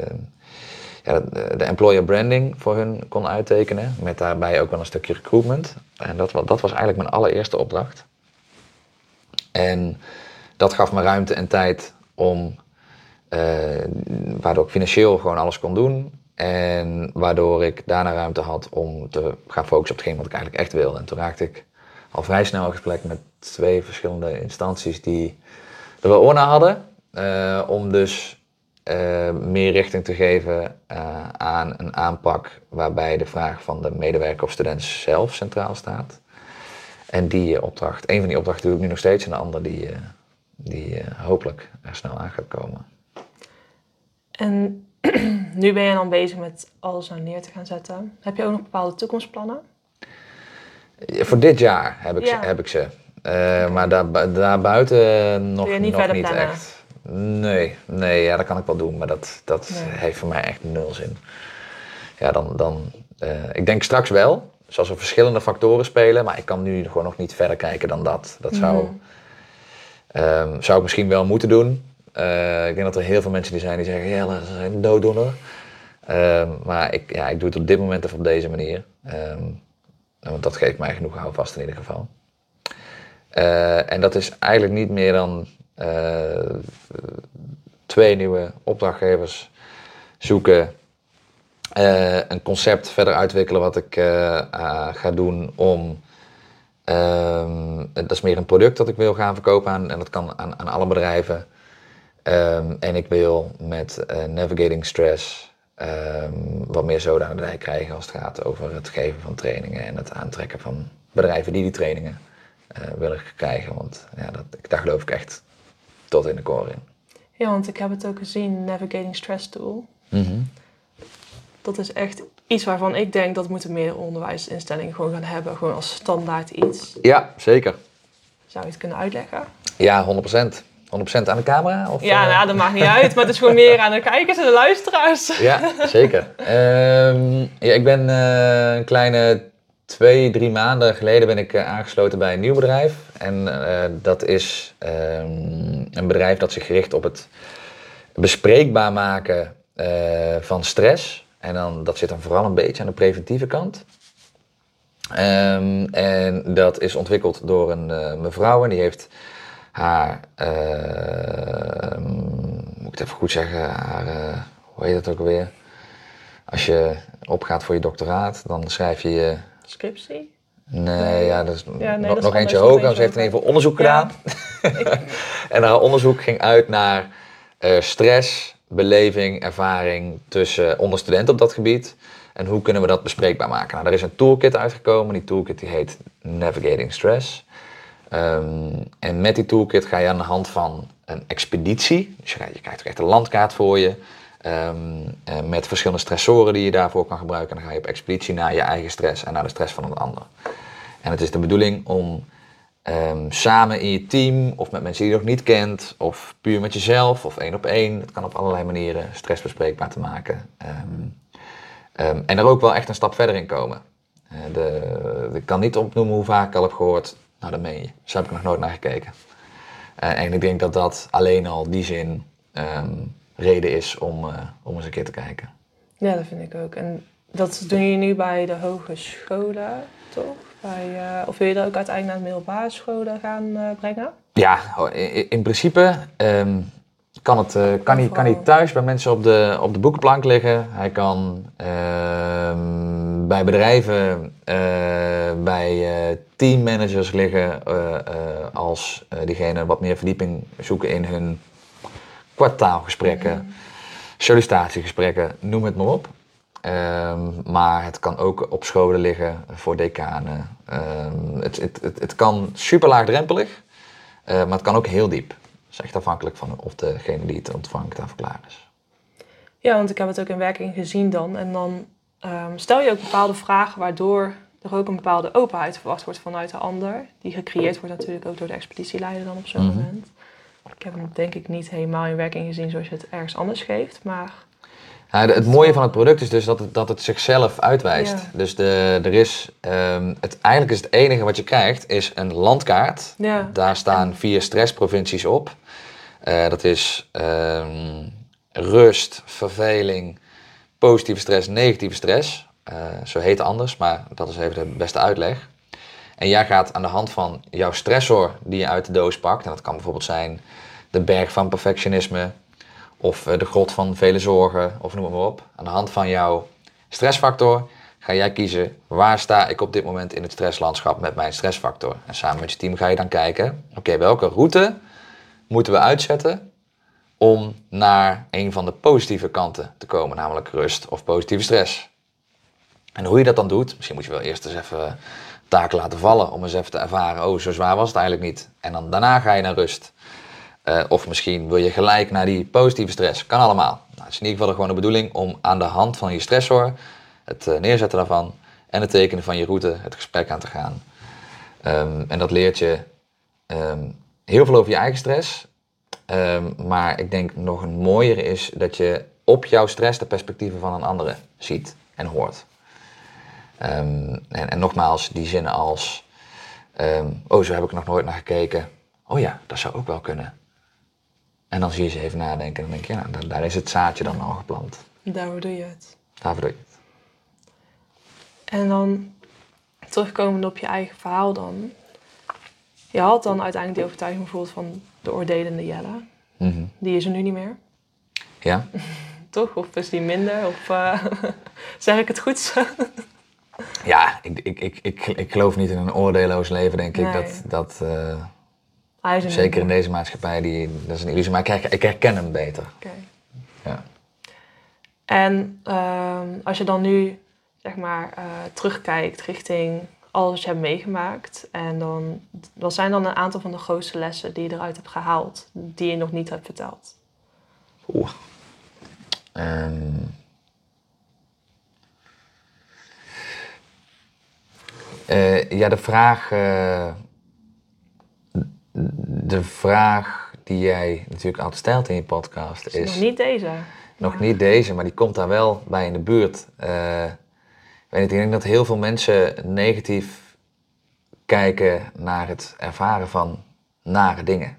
ja, de, de employer branding voor hun kon uittekenen. Met daarbij ook wel een stukje recruitment. En dat, dat was eigenlijk mijn allereerste opdracht. En dat gaf me ruimte en tijd om, uh, waardoor ik financieel gewoon alles kon doen. En waardoor ik daarna ruimte had om te gaan focussen op hetgeen wat ik eigenlijk echt wilde. En toen raakte ik al vrij snel in gesprek met twee verschillende instanties die er wel oor naar hadden. Uh, om dus uh, meer richting te geven uh, aan een aanpak waarbij de vraag van de medewerker of student zelf centraal staat. En die opdracht, een van die opdrachten doe ik nu nog steeds en de andere die, uh, die uh, hopelijk er snel aan gaat komen. En nu ben je dan bezig met alles nou neer te gaan zetten. Heb je ook nog bepaalde toekomstplannen? Ja, voor dit jaar heb ik, ja. heb ik ze. Uh, okay. Maar daar, daarbuiten nog, niet, nog niet plannen? echt. Nee, nee ja, dat kan ik wel doen, maar dat, dat nee. heeft voor mij echt nul zin. Ja, dan, dan, uh, ik denk straks wel, zoals er verschillende factoren spelen, maar ik kan nu gewoon nog niet verder kijken dan dat. Dat zou, mm. um, zou ik misschien wel moeten doen. Uh, ik denk dat er heel veel mensen die zijn die zeggen, ja, dat is een dooddoener. Um, maar ik, ja, ik doe het op dit moment even op deze manier. Um, want dat geeft mij genoeg houvast in ieder geval. Uh, en dat is eigenlijk niet meer dan uh, twee nieuwe opdrachtgevers zoeken. Uh, een concept verder uitwikkelen wat ik uh, uh, ga doen om... Um, dat is meer een product dat ik wil gaan verkopen aan, en dat kan aan, aan alle bedrijven. Um, en ik wil met uh, Navigating Stress um, wat meer zoden aan de dijk krijgen als het gaat over het geven van trainingen en het aantrekken van bedrijven die die trainingen uh, willen krijgen. Want ja, dat, daar geloof ik echt tot in de core in. Ja, want ik heb het ook gezien, Navigating Stress Tool. Mm-hmm. Dat is echt iets waarvan ik denk dat moeten meer onderwijsinstellingen gewoon gaan hebben. Gewoon als standaard iets. Ja, zeker. Zou je het kunnen uitleggen? Ja, honderd procent. honderd procent aan de camera? Of, ja, uh... nou, dat maakt niet uit. Maar het is gewoon meer aan de kijkers en de luisteraars. Ja, zeker. um, ja, ik ben uh, een kleine twee, drie maanden geleden ben ik uh, aangesloten bij een nieuw bedrijf. En uh, dat is um, een bedrijf dat zich richt op het bespreekbaar maken uh, van stress. En dan, dat zit dan vooral een beetje aan de preventieve kant. Um, en dat is ontwikkeld door een uh, mevrouw en die heeft haar, uh, moet ik het even goed zeggen, haar, uh, hoe heet het ook alweer? Als je opgaat voor je doctoraat, dan schrijf je je... Scriptie? Nee, ja, dat is ja, nee, nog, dat nog is eentje hoger. Ze heeft in ieder geval onderzoek gedaan. Ja. En haar onderzoek ging uit naar uh, stress, beleving, ervaring tussen onder studenten op dat gebied. En hoe kunnen we dat bespreekbaar maken? Nou, er is een toolkit uitgekomen. Die toolkit die heet Navigating Stress. Um, en met die toolkit ga je aan de hand van een expeditie. Dus je, je krijgt ook echt een landkaart voor je. Um, uh, met verschillende stressoren die je daarvoor kan gebruiken. En dan ga je op expeditie naar je eigen stress en naar de stress van een ander. En het is de bedoeling om um, samen in je team of met mensen die je nog niet kent. Of puur met jezelf of één op één. Het kan op allerlei manieren stress bespreekbaar te maken. Um, um, en er ook wel echt een stap verder in komen. Uh, de, ik kan niet opnoemen hoe vaak ik al heb gehoord. Nou, dat meen je. Zo heb ik nog nooit naar gekeken. Uh, en ik denk dat dat alleen al die zin um, reden is om, uh, om eens een keer te kijken. Ja, dat vind ik ook. En dat doen jullie nu bij de hogescholen, toch? Bij, uh, of wil je dat ook uiteindelijk naar de middelbare scholen gaan uh, brengen? Ja, in, in principe um, kan, het, uh, kan, hij, kan hij thuis bij mensen op de, op de boekenplank liggen. Hij kan uh, bij bedrijven, uh, bij uh, teammanagers liggen uh, uh, als uh, diegene wat meer verdieping zoeken in hun kwartaalgesprekken, mm-hmm. sollicitatiegesprekken, noem het maar op. Um, maar het kan ook op scholen liggen voor decanen. Um, het, het, het, het kan super laagdrempelig, uh, maar het kan ook heel diep. Het is echt afhankelijk van of degene die het ontvangt daarvoor klaar is. Ja, want ik heb het ook in werking gezien dan. En dan um, stel je ook bepaalde vragen waardoor er ook een bepaalde openheid verwacht wordt vanuit de ander. Die gecreëerd wordt natuurlijk ook door de expeditieleider dan op zo'n mm-hmm. moment. Ik heb hem denk ik niet helemaal in werking gezien zoals je het ergens anders geeft, maar... Ja, de, het mooie van het product is dus dat het, dat het zichzelf uitwijst. Ja. Dus de, er is, um, het, eigenlijk is het enige wat je krijgt, is een landkaart. Ja. Daar staan vier stressprovincies op. Uh, dat is um, rust, verveling, positieve stress, negatieve stress. Uh, zo heet het anders, maar dat is even de beste uitleg. En jij gaat aan de hand van jouw stressor die je uit de doos pakt, en dat kan bijvoorbeeld zijn de berg van perfectionisme of de grot van vele zorgen of noem maar op. Aan de hand van jouw stressfactor ga jij kiezen waar sta ik op dit moment in het stresslandschap met mijn stressfactor. En samen met je team ga je dan kijken, oké, okay, welke route moeten we uitzetten om naar een van de positieve kanten te komen, namelijk rust of positieve stress. En hoe je dat dan doet, misschien moet je wel eerst eens even taken laten vallen om eens even te ervaren, oh, zo zwaar was het eigenlijk niet. En dan daarna ga je naar rust. Uh, of misschien wil je gelijk naar die positieve stress. Kan allemaal. Nou, het is in ieder geval gewoon de bedoeling om aan de hand van je stressor, het uh, neerzetten daarvan en het tekenen van je route, het gesprek aan te gaan. Um, en dat leert je um, heel veel over je eigen stress. Um, maar ik denk nog een mooiere is dat je op jouw stress de perspectieven van een andere ziet en hoort. Um, en, en nogmaals, die zinnen als, um, oh, zo heb ik er nog nooit naar gekeken. Oh ja, dat zou ook wel kunnen. En dan zie je ze even nadenken en dan denk je, ja, daar, daar is het zaadje dan al geplant. Daarvoor doe je het. Daarvoor doe je het. En dan, terugkomend op je eigen verhaal dan. Je had dan uiteindelijk die overtuiging bijvoorbeeld van de oordelende Jelle. Mm-hmm. Die is er nu niet meer. Ja. Toch? Of is die minder? Of uh, zeg ik het goed? Ja, ik, ik, ik, ik, ik geloof niet in een oordeelloos leven, denk ik. Nee. Dat, dat, uh, Hij is er zeker niet in deze maatschappij, die, dat is een illusie. Maar ik, her, ik herken hem beter. Okay. Ja. En uh, als je dan nu, zeg maar, uh, terugkijkt richting alles wat je hebt meegemaakt. En dan, wat zijn dan een aantal van de grootste lessen die je eruit hebt gehaald, die je nog niet hebt verteld? Oeh. Um. Uh, ja, de vraag, uh, de vraag die jij natuurlijk altijd stelt in je podcast is... Nog niet deze. Nog niet deze, maar die komt daar wel bij in de buurt. Uh, weet niet, ik denk dat heel veel mensen negatief kijken naar het ervaren van nare dingen.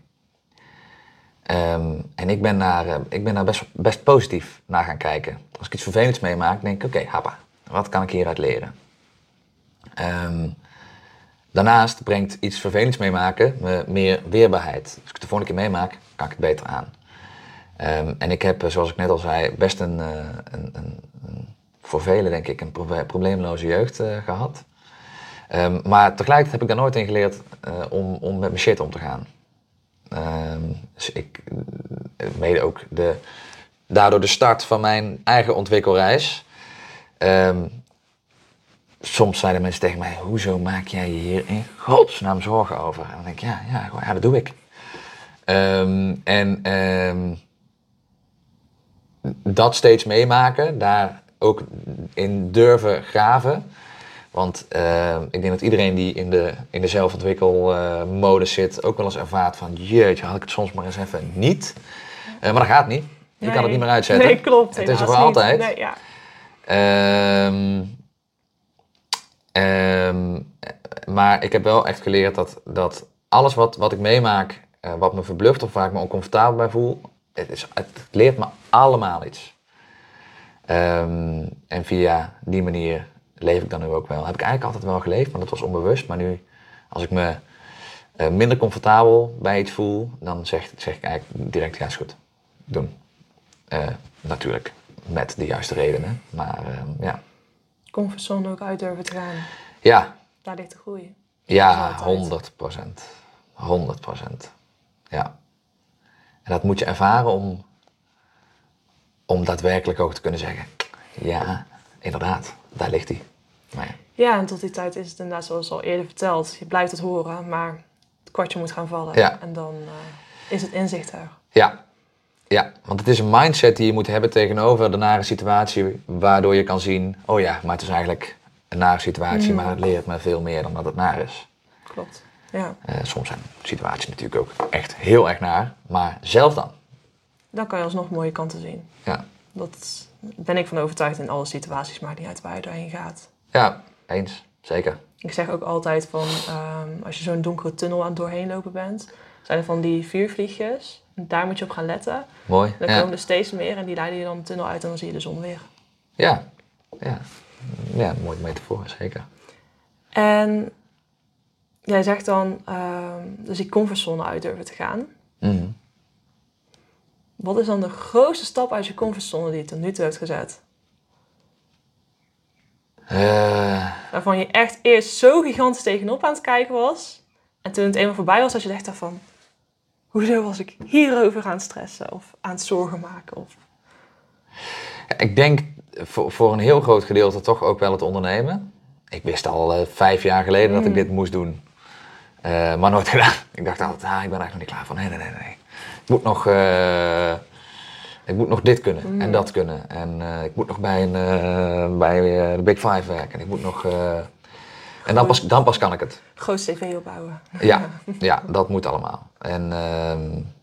Um, en ik ben daar, uh, ik ben daar best, best positief naar gaan kijken. Als ik iets vervelends meemaak, denk ik, oké, okay, happa, wat kan ik hieruit leren? Um, daarnaast brengt iets vervelends meemaken me meer weerbaarheid. Als ik het de volgende keer meemaak, kan ik het beter aan. Um, en ik heb, zoals ik net al zei, best een, uh, een, een, een voor velen denk ik een pro- probleemloze jeugd uh, gehad. Um, maar tegelijkertijd heb ik daar nooit in geleerd uh, om, om met mijn shit om te gaan. Um, dus ik, mede ook de, daardoor de start van mijn eigen ontwikkelreis. Um, soms zeiden mensen tegen mij, hoezo maak jij je hier in godsnaam zorgen over? En dan denk ik, ja, ja, ja dat doe ik. Um, en um, dat steeds meemaken, daar ook in durven graven. Want uh, ik denk dat iedereen die in de, in de zelfontwikkelmodus uh, zit ook wel eens ervaart van, jeetje, had ik het soms maar eens even niet. Uh, maar dat gaat niet. Je nee. kan het niet meer uitzetten. Nee, klopt. Het is er voor altijd. Nee, ja. Um, um, maar ik heb wel echt geleerd dat, dat alles wat, wat ik meemaak, uh, wat me verbluft of waar ik me oncomfortabel bij voel, het, is, het leert me allemaal iets. Um, en via die manier leef ik dan nu ook wel. Heb ik eigenlijk altijd wel geleefd, maar dat was onbewust. Maar nu, als ik me uh, minder comfortabel bij iets voel, dan zeg, zeg ik eigenlijk direct, ja, is goed. Doen. Uh, natuurlijk, met de juiste redenen. Maar uh, ja. Comfortzone ook uit durven te gaan. Ja. Daar ligt de groei. Ja, honderd procent. honderd procent. Ja. En dat moet je ervaren om, om daadwerkelijk ook te kunnen zeggen, ja, inderdaad, daar ligt hij. Maar ja. Ja, en tot die tijd is het inderdaad zoals al eerder verteld. Je blijft het horen, maar het kwartje moet gaan vallen. Ja. En dan uh, is het inzicht er. Ja. Ja, want het is een mindset die je moet hebben tegenover de nare situatie, waardoor je kan zien, oh ja, maar het is eigenlijk een nare situatie, mm. maar het leert me veel meer dan dat het naar is. Klopt, ja. Uh, soms zijn situaties natuurlijk ook echt heel erg naar, maar zelf dan. Dan kan je alsnog mooie kanten zien. Ja. Dat ben ik van overtuigd in alle situaties, maakt niet uit waar je doorheen gaat. Ja, eens, zeker. Ik zeg ook altijd van, um, als je zo'n donkere tunnel aan het doorheen lopen bent, zijn er van die vuurvliegjes. Daar moet je op gaan letten. Mooi. Dan ja. komen er steeds meer en die leiden je dan de tunnel uit en dan zie je de zon weer. Ja, ja. Ja, mooi metafoor, zeker. En jij zegt dan, uh, dus die comfortzone uit durven te gaan. Mm. Wat is dan de grootste stap uit je comfortzone die je tot nu toe hebt gezet? Uh... Waarvan je echt eerst zo gigantisch tegenop aan het kijken was. En toen het eenmaal voorbij was, dat je dacht van... Hoezo was ik hierover aan het stressen of aan het zorgen maken? Of... Ik denk voor, voor een heel groot gedeelte toch ook wel het ondernemen. Ik wist al uh, vijf jaar geleden mm. dat ik dit moest doen. Uh, maar nooit gedaan. Ik dacht altijd, ah, ik ben eigenlijk nog niet klaar voor. Nee, nee, nee, nee. Ik moet nog, uh, ik moet nog dit kunnen mm. en dat kunnen. En uh, ik moet nog bij, een, uh, bij uh, de Big Five werken. En ik moet nog... Uh, en dan pas, dan pas kan ik het. Groot cv opbouwen. Ja, ja, dat moet allemaal. En um,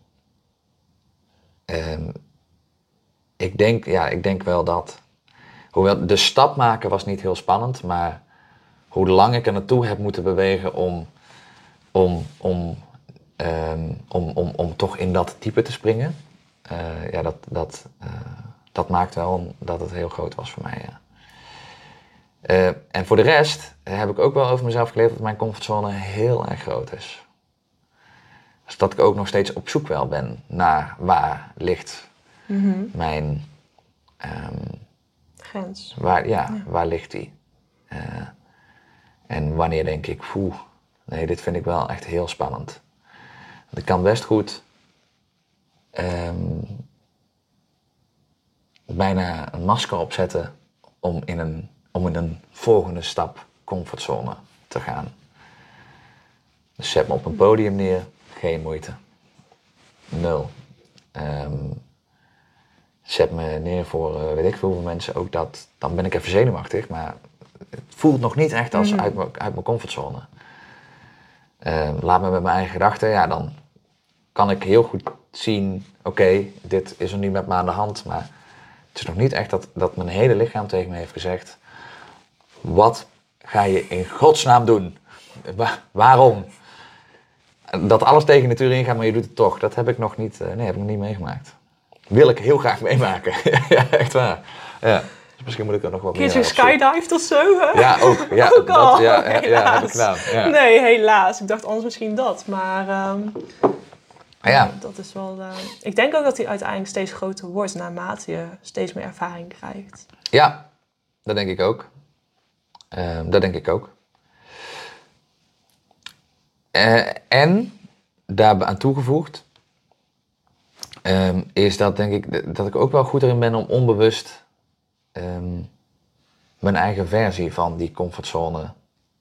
um, ik, denk, ja, ik denk wel dat... Hoewel de stap maken was niet heel spannend, maar hoe lang ik er naartoe heb moeten bewegen om, om, om, um, om, om, om toch in dat type te springen, uh, ja, dat, dat, uh, dat maakt wel dat het heel groot was voor mij. Ja. Uh, en voor de rest heb ik ook wel over mezelf geleerd dat mijn comfortzone heel erg groot is. Dus dat ik ook nog steeds op zoek wel ben naar waar ligt mm-hmm. mijn... Um, grens. Waar, ja, ja, waar ligt die? Uh, en wanneer denk ik, poeh, nee, dit vind ik wel echt heel spannend. Want ik kan best goed um, bijna een masker opzetten om in een, om in een volgende stap comfortzone te gaan. Dus zet me op een podium neer, geen moeite. Nul. Um, Zet me neer voor uh, weet ik veel hoeveel mensen, ook dat, dan ben ik even zenuwachtig, maar het voelt nog niet echt als mm-hmm. uit, mijn, uit mijn comfortzone. Uh, laat me met mijn eigen gedachten, ja, dan kan ik heel goed zien, oké, okay, dit is er nu met me aan de hand, maar het is nog niet echt dat, dat mijn hele lichaam tegen me heeft gezegd, wat ga je in godsnaam doen? Wa- waarom? Dat alles tegen de natuur ingaat, maar je doet het toch, dat heb ik nog niet, uh, nee, heb ik nog niet meegemaakt. Wil ik heel graag meemaken. Ja, echt waar. Ja. Dus misschien moet ik er nog wat meer... Keer je skydived of zo? Hè? Ja, ook. Ja, ook dat, al. Ja, ja, ja, heb ik gedaan. Ja. Nee, helaas. Ik dacht anders misschien dat. Maar um, ja. dat is wel... Uh, ik denk ook dat die uiteindelijk steeds groter wordt naarmate je steeds meer ervaring krijgt. Ja, dat denk ik ook. Uh, dat denk ik ook. Uh, en, daarbij aan toegevoegd... Um, is dat denk ik dat ik ook wel goed erin ben om onbewust um, mijn eigen versie van die comfortzone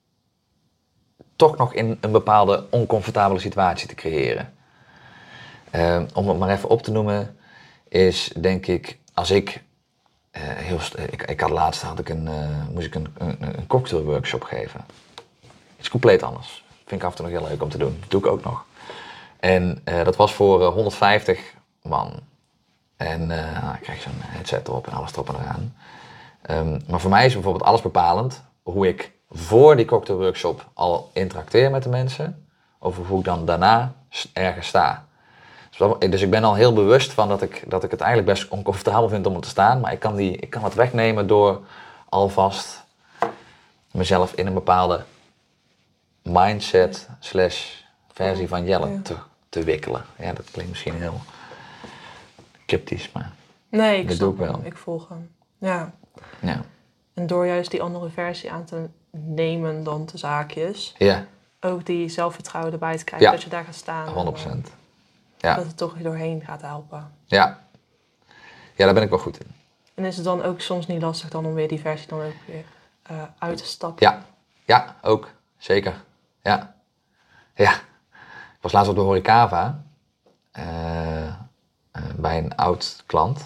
toch nog in een bepaalde oncomfortabele situatie te creëren. Um, om het maar even op te noemen is denk ik als ik uh, heel ik, ik had laatst had ik een uh, moest ik een, een, een cocktailworkshop geven. Iets compleet anders. Vind ik af en toe nog heel leuk om te doen. Dat doe ik ook nog. En uh, dat was voor uh, honderdvijftig man. En uh, nou, ik krijg zo'n headset erop en alles erop en eraan. Um, maar voor mij is bijvoorbeeld alles bepalend hoe ik voor die cocktailworkshop al interacteer met de mensen. Of hoe ik dan daarna ergens sta. Dus, dus ik ben al heel bewust van dat ik, dat ik het eigenlijk best oncomfortabel vind om er te staan. Maar ik kan, die, ik kan het wegnemen door alvast mezelf in een bepaalde mindset slash versie van Jelle te, te wikkelen. Ja, dat klinkt misschien heel cryptisch, maar nee, ik dat snap doe ik wel. Hem. Ik volg hem. Ja. Ja. En door juist die andere versie aan te nemen dan de zaakjes, ja. ook die zelfvertrouwen erbij te krijgen, ja. dat je daar gaat staan. honderd procent. En, ja. dat het toch je doorheen gaat helpen. Ja. Ja, daar ben ik wel goed in. En is het dan ook soms niet lastig dan om weer die versie dan ook weer uh, uit te stappen? Ja. Ja, ook. Zeker. Ja. Ja. Ik was laatst op de Horecava. Uh, uh, bij een oud klant.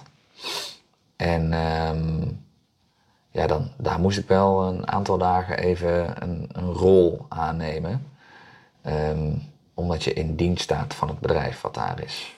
En um, ja, dan, daar moest ik wel een aantal dagen even een, een rol aannemen. Um, omdat je in dienst staat van het bedrijf wat daar is.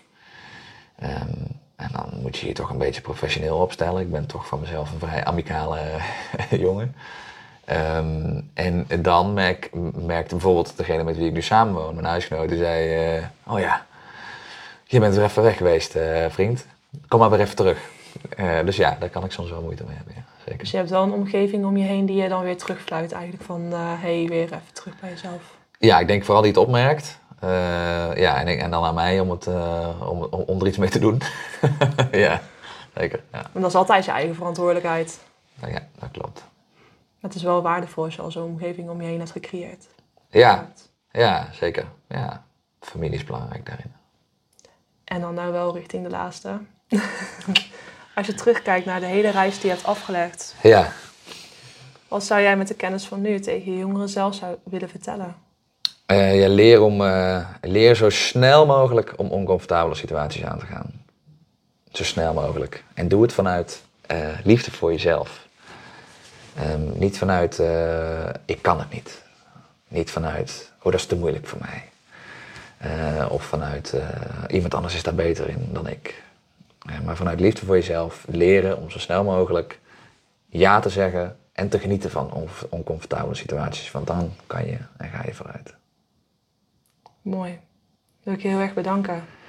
Um, en dan moet je je toch een beetje professioneel opstellen. Ik ben toch van mezelf een vrij amicale jongen. Um, en dan merk, merkte bijvoorbeeld degene met wie ik nu samenwoon, mijn huisgenoot, die zei, uh, oh ja, je bent er even weg geweest, uh, vriend. Kom maar weer even terug. Uh, dus ja, daar kan ik soms wel moeite mee hebben, ja, zeker. Dus je hebt wel een omgeving om je heen die je dan weer terugfluit eigenlijk van, hé, uh, hey, weer even terug bij jezelf. Ja, ik denk vooral die het opmerkt. Uh, ja, en, en dan aan mij om, het, uh, om, om, om er iets mee te doen. Ja, zeker. Ja. Maar dat is altijd je eigen verantwoordelijkheid. Ja, dat klopt. Het is wel waardevol als je al zo'n omgeving om je heen hebt gecreëerd. Ja, ja, zeker. Ja, familie is belangrijk daarin. En dan nou wel richting de laatste. Als je terugkijkt naar de hele reis die je hebt afgelegd. Ja. Wat zou jij met de kennis van nu tegen je jongeren zelf zou willen vertellen? Uh, ja, leer, om, uh, leer zo snel mogelijk om oncomfortabele situaties aan te gaan. Zo snel mogelijk. En doe het vanuit uh, liefde voor jezelf. Um, niet vanuit, uh, ik kan het niet. Niet vanuit, oh dat is te moeilijk voor mij. Uh, of vanuit, uh, iemand anders is daar beter in dan ik. Uh, maar vanuit liefde voor jezelf leren om zo snel mogelijk ja te zeggen en te genieten van on- oncomfortabele situaties. Want dan kan je en ga je vooruit. Mooi. Wil ik je heel erg bedanken.